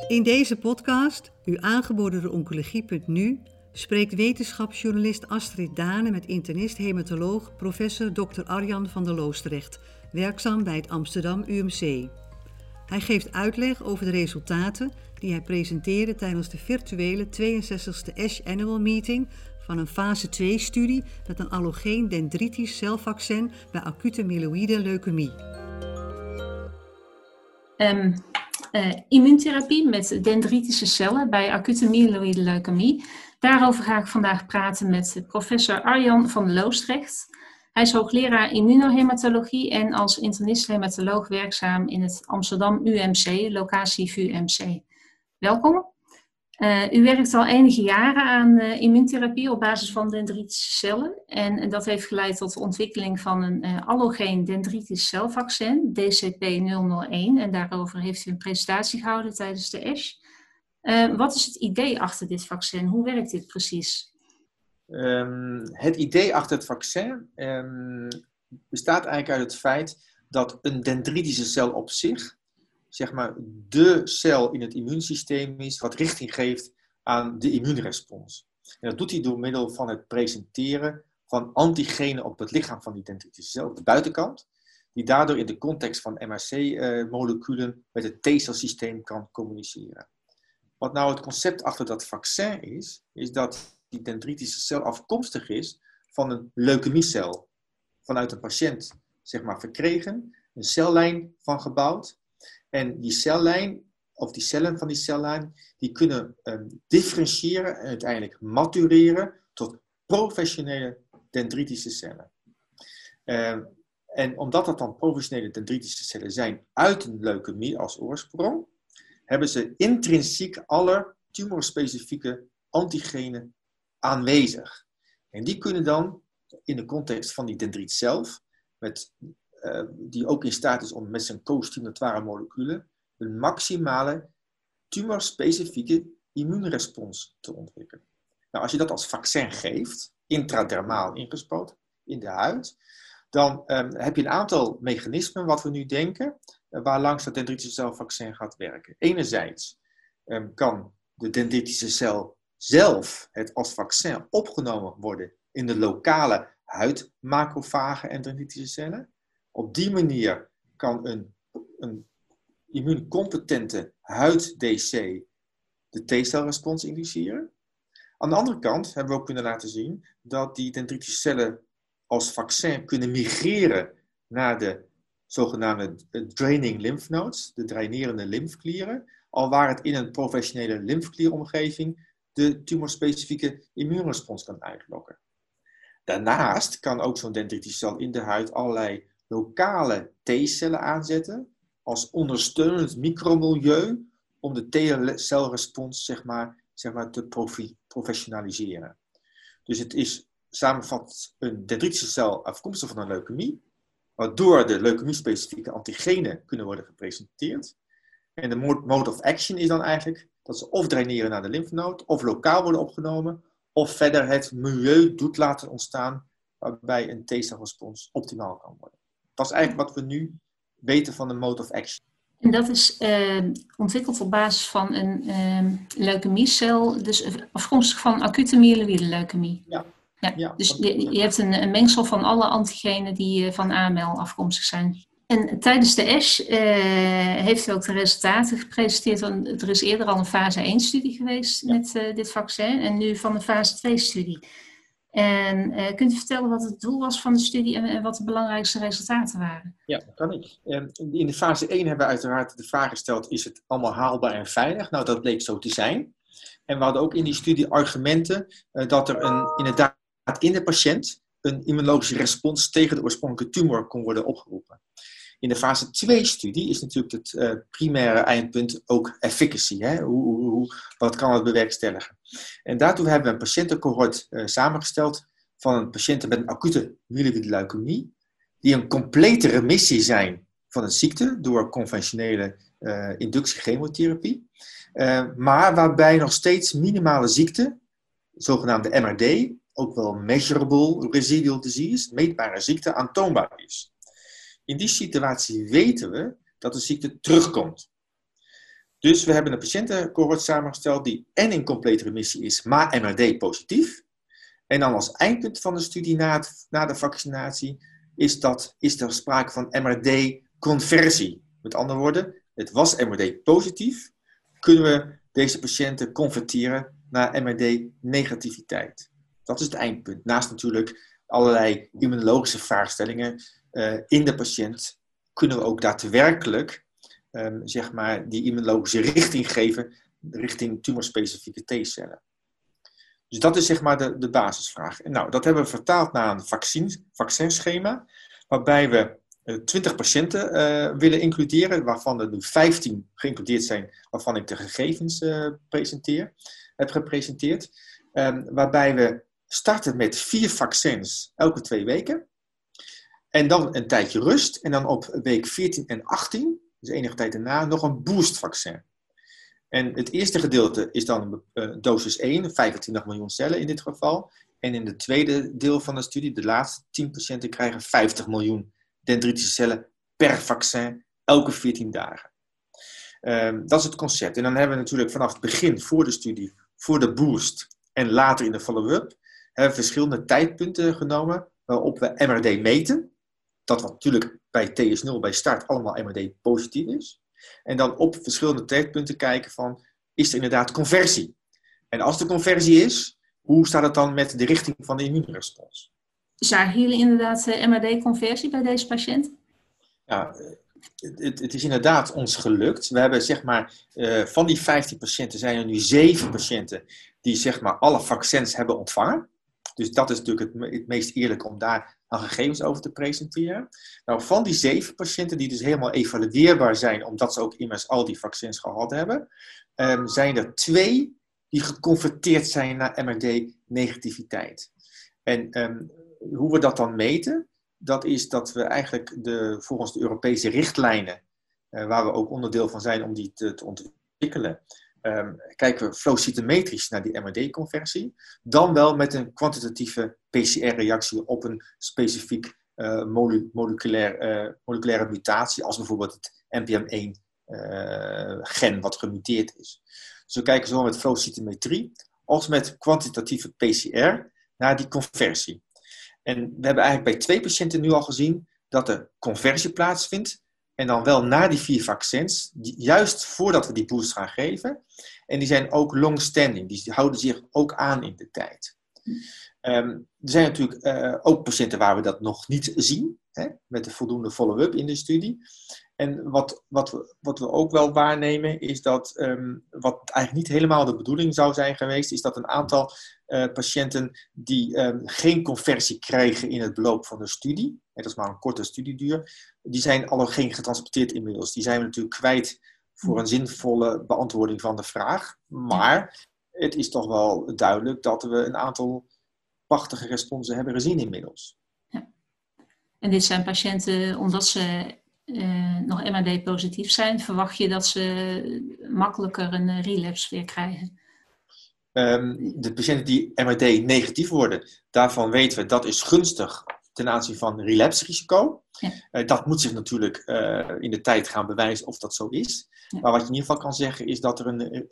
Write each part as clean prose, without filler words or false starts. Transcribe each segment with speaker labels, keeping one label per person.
Speaker 1: In deze podcast, u aangeboden door Oncologie.nu, spreekt wetenschapsjournalist Astrid Dane met internist-hematoloog professor Dr. Arjan van der Loosdrecht, werkzaam bij het Amsterdam UMC. Hij geeft uitleg over de resultaten die hij presenteerde tijdens de virtuele 62e ASH Annual Meeting van een fase 2-studie met een allogeen dendritisch celvaccin bij acute myeloïde leukemie.
Speaker 2: Immuuntherapie met dendritische cellen bij acute myeloïde leukemie. Daarover ga ik vandaag praten met professor Arjan van der Loosdrecht. Hij is hoogleraar immunohematologie en als internist-hematoloog werkzaam in het Amsterdam UMC, locatie VUMC. Welkom. U werkt al enige jaren aan immuuntherapie op basis van dendritische cellen. En dat heeft geleid tot de ontwikkeling van een allogeen dendritisch celvaccin, DCP-001. En daarover heeft u een presentatie gehouden tijdens de ASH. Wat is het idee achter dit vaccin? Hoe werkt dit precies?
Speaker 3: Het idee achter het vaccin bestaat eigenlijk uit het feit dat een dendritische cel op zich, zeg maar, de cel in het immuunsysteem is wat richting geeft aan de immuunrespons. En dat doet hij door middel van het presenteren van antigenen op het lichaam van die dendritische cel, op de buitenkant, die daardoor in de context van MHC-moleculen met het T-celsysteem kan communiceren. Wat nou het concept achter dat vaccin is dat die dendritische cel afkomstig is van een leukemiecel. Vanuit een patiënt, zeg maar, verkregen, een cellijn van gebouwd. En die cellijn, of die cellen van die cellijn, die kunnen differentiëren en uiteindelijk matureren tot professionele dendritische cellen. En omdat dat dan professionele dendritische cellen zijn uit een leukemie als oorsprong, hebben ze intrinsiek alle tumorspecifieke antigenen aanwezig. En die kunnen dan in de context van die dendriet zelf, die ook in staat is om met zijn co-stimulatoire moleculen een maximale tumorspecifieke immuunrespons te ontwikkelen. Nou, als je dat als vaccin geeft, intradermaal ingespoten in de huid, dan heb je een aantal mechanismen wat we nu denken, waarlangs dat dendritische celvaccin gaat werken. Enerzijds kan de dendritische cel zelf het als vaccin opgenomen worden in de lokale huidmacrofagen en dendritische cellen. Op die manier kan een immuuncompetente huid-DC de T-celrespons induceren. Aan de andere kant hebben we ook kunnen laten zien dat die dendritische cellen als vaccin kunnen migreren naar de zogenaamde draining lymph nodes, de drainerende lymfeklieren, alwaar het in een professionele lymfeklieromgeving de tumorspecifieke immuunrespons kan uitlokken. Daarnaast kan ook zo'n dendritische cel in de huid allerlei lokale T-cellen aanzetten als ondersteunend micromilieu om de T-celrespons zeg maar, te professionaliseren. Dus het is samenvat een dendritische cel afkomstig van een leukemie, waardoor de leukemie-specifieke antigenen kunnen worden gepresenteerd. En de mode of action is dan eigenlijk dat ze of draineren naar de lymfnood, of lokaal worden opgenomen, of verder het milieu doet laten ontstaan waarbij een T-celrespons optimaal kan worden. Dat is eigenlijk wat we nu weten van de mode of action.
Speaker 2: En dat is ontwikkeld op basis van een leukemiecel, dus afkomstig van acute myeloïde leukemie. Ja. Dus je hebt een mengsel van alle antigenen die van AML afkomstig zijn. En tijdens de ASH heeft u ook de resultaten gepresenteerd. Want er is eerder al een fase 1-studie geweest met dit vaccin en nu van de fase 2-studie. En kunt u vertellen wat het doel was van de studie en wat de belangrijkste resultaten waren?
Speaker 3: Ja, dat kan ik. In de fase 1 hebben we uiteraard de vraag gesteld, is het allemaal haalbaar en veilig? Nou, dat bleek zo te zijn. En we hadden ook in die studie argumenten dat er inderdaad in de patiënt een immunologische respons tegen de oorspronkelijke tumor kon worden opgeroepen. In de fase 2-studie is natuurlijk het primaire eindpunt ook efficacy. Hè? Wat kan het bewerkstelligen? En daartoe hebben we een patiëntencohort samengesteld van patiënten met een acute myeloïde leukemie, die een complete remissie zijn van een ziekte door conventionele inductiechemotherapie, maar waarbij nog steeds minimale ziekte, zogenaamde MRD, ook wel measurable residual disease, meetbare ziekte, aantoonbaar is. In die situatie weten we dat de ziekte terugkomt. Dus we hebben een patiëntencohort samengesteld die en in complete remissie is, maar MRD positief. En dan als eindpunt van de studie na de vaccinatie is er sprake van MRD-conversie. Met andere woorden, het was MRD positief. Kunnen we deze patiënten converteren naar MRD-negativiteit? Dat is het eindpunt. Naast natuurlijk allerlei immunologische vraagstellingen in de patiënt kunnen we ook daadwerkelijk zeg maar die immunologische richting geven richting tumorspecifieke T-cellen. Dus dat is zeg maar de basisvraag. En nou, dat hebben we vertaald naar een vaccinschema, waarbij we 20 patiënten willen includeren, waarvan er nu 15 geïncludeerd zijn, waarvan ik de gegevens heb gepresenteerd. Waarbij we starten met 4 vaccins elke 2 weken. En dan een tijdje rust. En dan op week 14 en 18, dus enige tijd daarna, nog een boostvaccin. En het eerste gedeelte is dan dosis 1, 25 miljoen cellen in dit geval. En in het tweede deel van de studie, de laatste 10 patiënten krijgen 50 miljoen dendritische cellen per vaccin elke 14 dagen. Dat is het concept. En dan hebben we natuurlijk vanaf het begin voor de studie, voor de boost en later in de follow-up, hebben we verschillende tijdpunten genomen waarop we MRD meten. Dat wat natuurlijk bij TS0 bij start allemaal MRD positief is. En dan op verschillende tijdpunten kijken van, is er inderdaad conversie? En als er conversie is, hoe staat het dan met de richting van de immuunrespons?
Speaker 2: Zagen jullie inderdaad MRD-conversie bij deze patiënt?
Speaker 3: Ja, het is inderdaad ons gelukt. We hebben zeg maar, van die 15 patiënten zijn er nu 7 patiënten die zeg maar alle vaccins hebben ontvangen. Dus dat is natuurlijk het meest eerlijk om daar aan gegevens over te presenteren. Nou, van die 7 patiënten die dus helemaal evalueerbaar zijn, omdat ze ook immers al die vaccins gehad hebben, zijn er 2 die geconverteerd zijn naar MRD-negativiteit. En hoe we dat dan meten, dat is dat we eigenlijk volgens de Europese richtlijnen, waar we ook onderdeel van zijn om die te ontwikkelen, kijken we flow cytometrisch naar die MRD-conversie, dan wel met een kwantitatieve PCR-reactie op een specifiek moleculaire mutatie, als bijvoorbeeld het NPM1-gen wat gemuteerd is. Dus we kijken zowel met flow cytometrie als met kwantitatieve PCR naar die conversie. En we hebben eigenlijk bij 2 patiënten nu al gezien dat er conversie plaatsvindt. En dan wel na die 4 vaccins, juist voordat we die boost gaan geven. En die zijn ook long-standing, die houden zich ook aan in de tijd. Er zijn natuurlijk ook patiënten waar we dat nog niet zien, hè, met de voldoende follow-up in de studie. En wat we ook wel waarnemen is dat, wat eigenlijk niet helemaal de bedoeling zou zijn geweest, is dat een aantal patiënten die geen conversie krijgen in het beloop van de studie, dat is maar een korte studieduur, die zijn allogeen getransporteerd inmiddels. Die zijn we natuurlijk kwijt voor een zinvolle beantwoording van de vraag. Maar het is toch wel duidelijk dat we een aantal prachtige responsen hebben gezien inmiddels.
Speaker 2: Ja. En dit zijn patiënten, omdat ze nog MRD-positief zijn, verwacht je dat ze makkelijker een relapse weer krijgen?
Speaker 3: De patiënten die MRD-negatief worden, daarvan weten we dat is gunstig ten aanzien van relapse-risico. Ja. Dat moet zich natuurlijk in de tijd gaan bewijzen of dat zo is. Ja. Maar wat je in ieder geval kan zeggen is dat er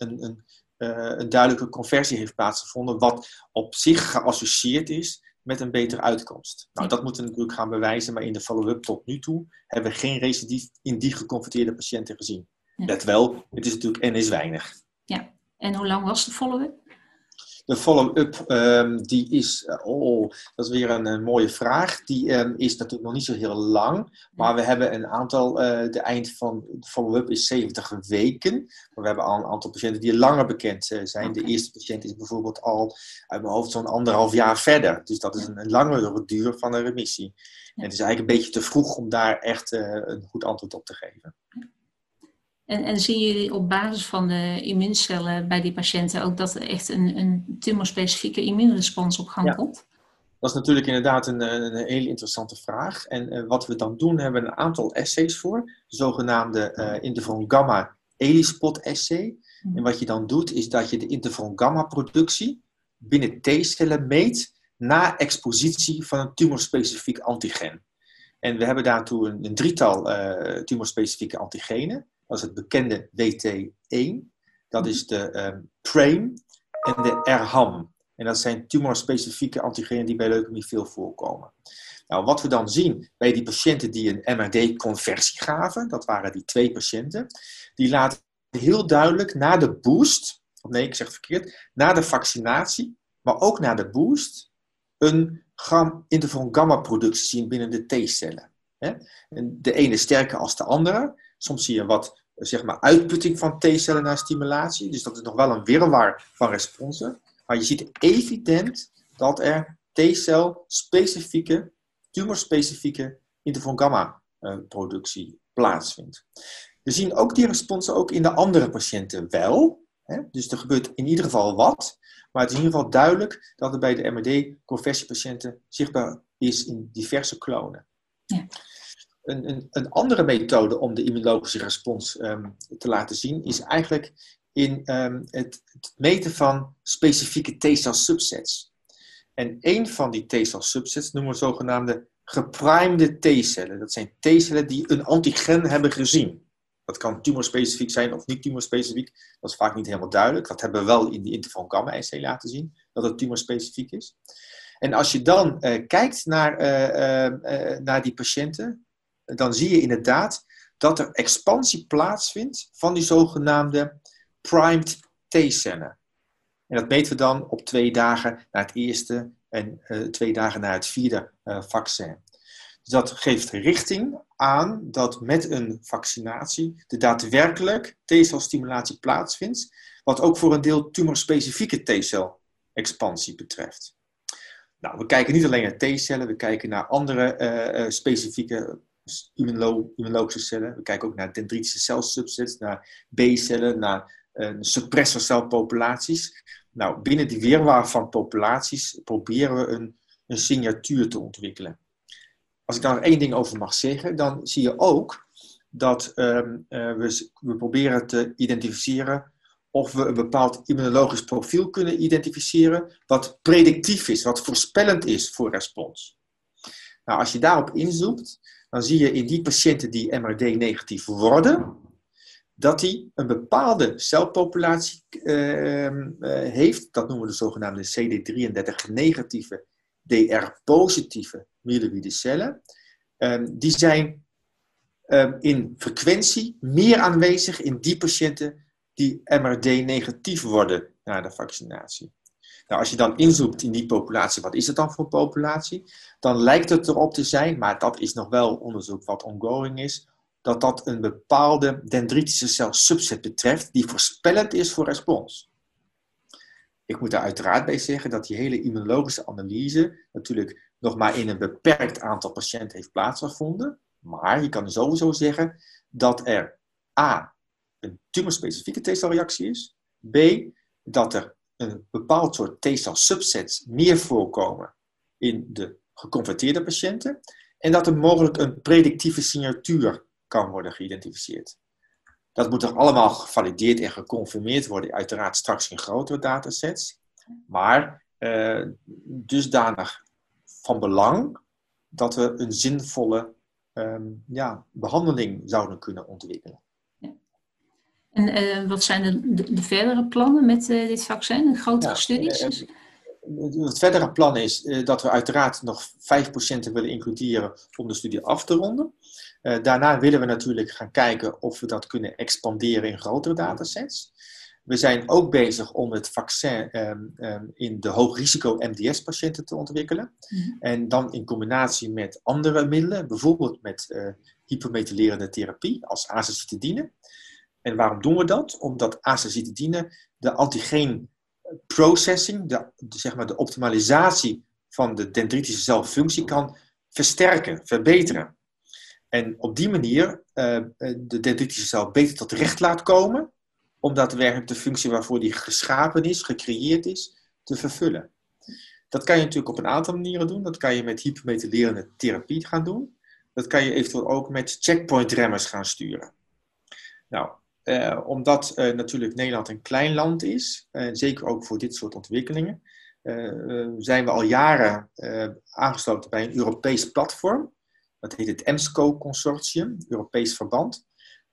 Speaker 3: een duidelijke conversie heeft plaatsgevonden, wat op zich geassocieerd is met een betere uitkomst. Nou, dat moeten we natuurlijk gaan bewijzen, maar in de follow-up tot nu toe hebben we geen recidief in die geconverteerde patiënten gezien. Ja. Let wel, het is natuurlijk N is weinig.
Speaker 2: Ja, en hoe lang was de follow-up?
Speaker 3: De follow-up, die is, dat is weer een mooie vraag. Die is natuurlijk nog niet zo heel lang. Maar we hebben een aantal, de eind van de follow-up is 70 weken. Maar we hebben al een aantal patiënten die langer bekend zijn. Okay. De eerste patiënt is bijvoorbeeld al uit mijn hoofd zo'n 1,5 jaar verder. Dus dat is een langere duur van een remissie. En het is eigenlijk een beetje te vroeg om daar echt een goed antwoord op te geven.
Speaker 2: En zien jullie op basis van de immuuncellen bij die patiënten ook dat er echt een tumorspecifieke immuunrespons op gang komt?
Speaker 3: Dat is natuurlijk inderdaad een hele interessante vraag. En wat we dan doen, hebben we een aantal assays voor. De zogenaamde interferon gamma ELISpot assay. En wat je dan doet, is dat je de interferon gamma productie binnen T-cellen meet na expositie van een tumorspecifiek antigen. En we hebben daartoe een drietal tumorspecifieke antigenen. Dat is het bekende WT1. Dat is de PRAME en de RHAM. En dat zijn tumorspecifieke antigenen die bij leukemie veel voorkomen. Nou, wat we dan zien bij die patiënten die een MRD-conversie gaven, dat waren die 2 patiënten, die laten heel duidelijk na de boost, of nee, ik zeg het verkeerd, na de vaccinatie, maar ook na de boost, een interferon gamma-productie zien binnen de T-cellen. En de ene sterker als de andere. Soms zie je wat uitputting van T-cellen na stimulatie. Dus dat is nog wel een wirwar van responsen. Maar je ziet evident dat er T-cel-specifieke, tumorspecifieke interferon gamma-productie plaatsvindt. We zien ook die responsen ook in de andere patiënten wel. Dus er gebeurt in ieder geval wat. Maar het is in ieder geval duidelijk dat het bij de MRD-conversiepatiënten zichtbaar is in diverse klonen. Ja. Een andere methode om de immunologische respons te laten zien is eigenlijk in het meten van specifieke T-cell subsets. En een van die T-cell subsets noemen we zogenaamde geprimede T-cellen. Dat zijn T-cellen die een antigen hebben gezien. Dat kan tumorspecifiek zijn of niet tumorspecifiek. Dat is vaak niet helemaal duidelijk. Dat hebben we wel in die interferon gamma-assay laten zien, dat het tumorspecifiek is. En als je dan kijkt naar die patiënten, dan zie je inderdaad dat er expansie plaatsvindt van die zogenaamde primed T-cellen. En dat meten we dan op 2 dagen na het eerste en 2 dagen na het 4e vaccin. Dus dat geeft richting aan dat met een vaccinatie de daadwerkelijk T-cel-stimulatie plaatsvindt, wat ook voor een deel tumorspecifieke T-cel-expansie betreft. Nou, we kijken niet alleen naar T-cellen, we kijken naar andere specifieke immunologische cellen. We kijken ook naar dendritische celsubsets, naar B-cellen, naar suppressorcelpopulaties. Nou, binnen die wirwar van populaties proberen we een signatuur te ontwikkelen. Als ik daar nog 1 ding over mag zeggen, dan zie je ook dat we proberen te identificeren of we een bepaald immunologisch profiel kunnen identificeren wat predictief is, wat voorspellend is voor respons. Nou, als je daarop inzoomt, dan zie je in die patiënten die MRD-negatief worden, dat die een bepaalde celpopulatie heeft. Dat noemen we de zogenaamde CD33-negatieve, DR-positieve myeloïde cellen. Die zijn in frequentie meer aanwezig in die patiënten die MRD-negatief worden na de vaccinatie. Nou, als je dan inzoomt in die populatie, wat is het dan voor een populatie? Dan lijkt het erop te zijn, maar dat is nog wel onderzoek wat ongoing is, dat dat een bepaalde dendritische cel-subset betreft die voorspellend is voor respons. Ik moet daar uiteraard bij zeggen dat die hele immunologische analyse natuurlijk nog maar in een beperkt aantal patiënten heeft plaatsgevonden. Maar je kan sowieso zeggen dat er A, een tumorspecifieke T-celreactie is. B, dat er een bepaald soort T-cel-subsets meer voorkomen in de geconverteerde patiënten. En dat er mogelijk een predictieve signatuur kan worden geïdentificeerd. Dat moet er allemaal gevalideerd en geconfirmeerd worden, uiteraard straks in grotere datasets. Maar dusdanig van belang dat we een zinvolle behandeling zouden kunnen ontwikkelen.
Speaker 2: Ja. En wat zijn de verdere plannen met dit vaccin? Grotere studies?
Speaker 3: Het verdere plan is dat we uiteraard nog 5 patiënten willen includeren om de studie af te ronden. Daarna willen we natuurlijk gaan kijken of we dat kunnen expanderen in grotere datasets. We zijn ook bezig om het vaccin in de hoogrisico MDS-patiënten te ontwikkelen. Mm-hmm. En dan in combinatie met andere middelen, bijvoorbeeld met hypermethylerende therapie als azacitidine. En waarom doen we dat? Omdat azacitidine de antigeen processing, de optimalisatie van de dendritische celfunctie kan versterken, verbeteren. En op die manier de dendritische cel beter tot recht laat komen, om daadwerkelijk de functie waarvoor die geschapen is, gecreëerd is, te vervullen. Dat kan je natuurlijk op een aantal manieren doen. Dat kan je met hypermethylerende therapie gaan doen. Dat kan je eventueel ook met checkpoint-remmers gaan sturen. Nou, omdat natuurlijk Nederland een klein land is, zeker ook voor dit soort ontwikkelingen, zijn we al jaren aangesloten bij een Europees platform. Dat heet het EMSCO-consortium, Europees verband.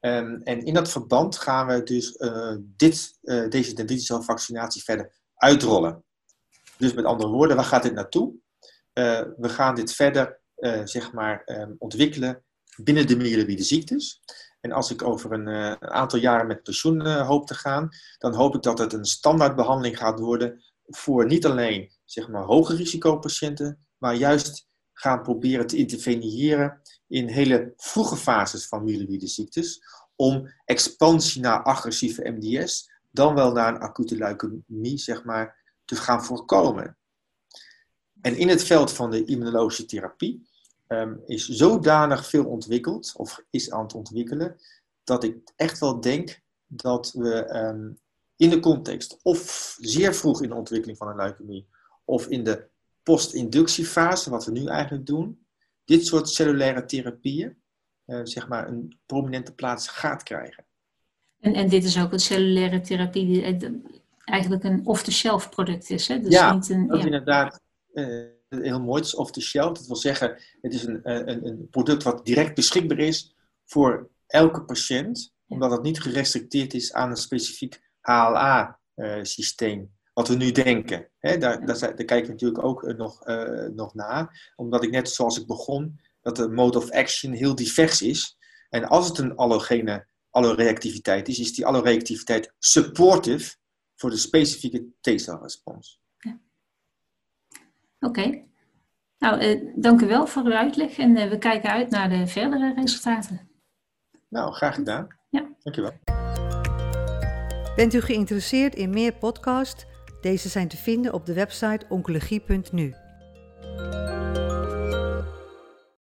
Speaker 3: En in dat verband gaan we dus deze dendritische vaccinatie verder uitrollen. Dus met andere woorden, waar gaat dit naartoe? We gaan dit verder ontwikkelen binnen de myeloïde ziektes. En als ik over een aantal jaren met pensioen hoop te gaan, dan hoop ik dat het een standaardbehandeling gaat worden voor niet alleen hoge risicopatiënten, maar juist gaan proberen te interveneren in hele vroege fases van myeloïde ziektes, om expansie naar agressieve MDS, dan wel naar een acute leukemie, te gaan voorkomen. En in het veld van de immunologische therapie is zodanig veel ontwikkeld, of is aan het ontwikkelen, dat ik echt wel denk dat we in de context, of zeer vroeg in de ontwikkeling van een leukemie, of in de post-inductiefase, wat we nu eigenlijk doen, dit soort cellulaire therapieën, een prominente plaats gaat krijgen.
Speaker 2: En dit is ook een cellulaire therapie die eigenlijk een off-the-shelf product is, hè? Dus
Speaker 3: ja,
Speaker 2: niet
Speaker 3: dat is inderdaad heel mooi. Het is off-the-shelf. Dat wil zeggen, het is een product wat direct beschikbaar is voor elke patiënt, omdat het niet gerestricteerd is aan een specifiek HLA-systeem. Wat we nu denken. Daar kijken we natuurlijk ook nog naar. Omdat ik net zoals ik begon, dat de mode of action heel divers is. En als het een allogene alloreactiviteit is die alloreactiviteit supportive voor de specifieke T-celrespons.
Speaker 2: Ja. Oké. Nou, dank u wel voor uw uitleg en we kijken uit naar de verdere resultaten.
Speaker 3: Nou, graag gedaan.
Speaker 2: Ja.
Speaker 3: Dank u wel.
Speaker 1: Bent u geïnteresseerd in meer podcasts? Deze zijn te vinden op de website oncologie.nu.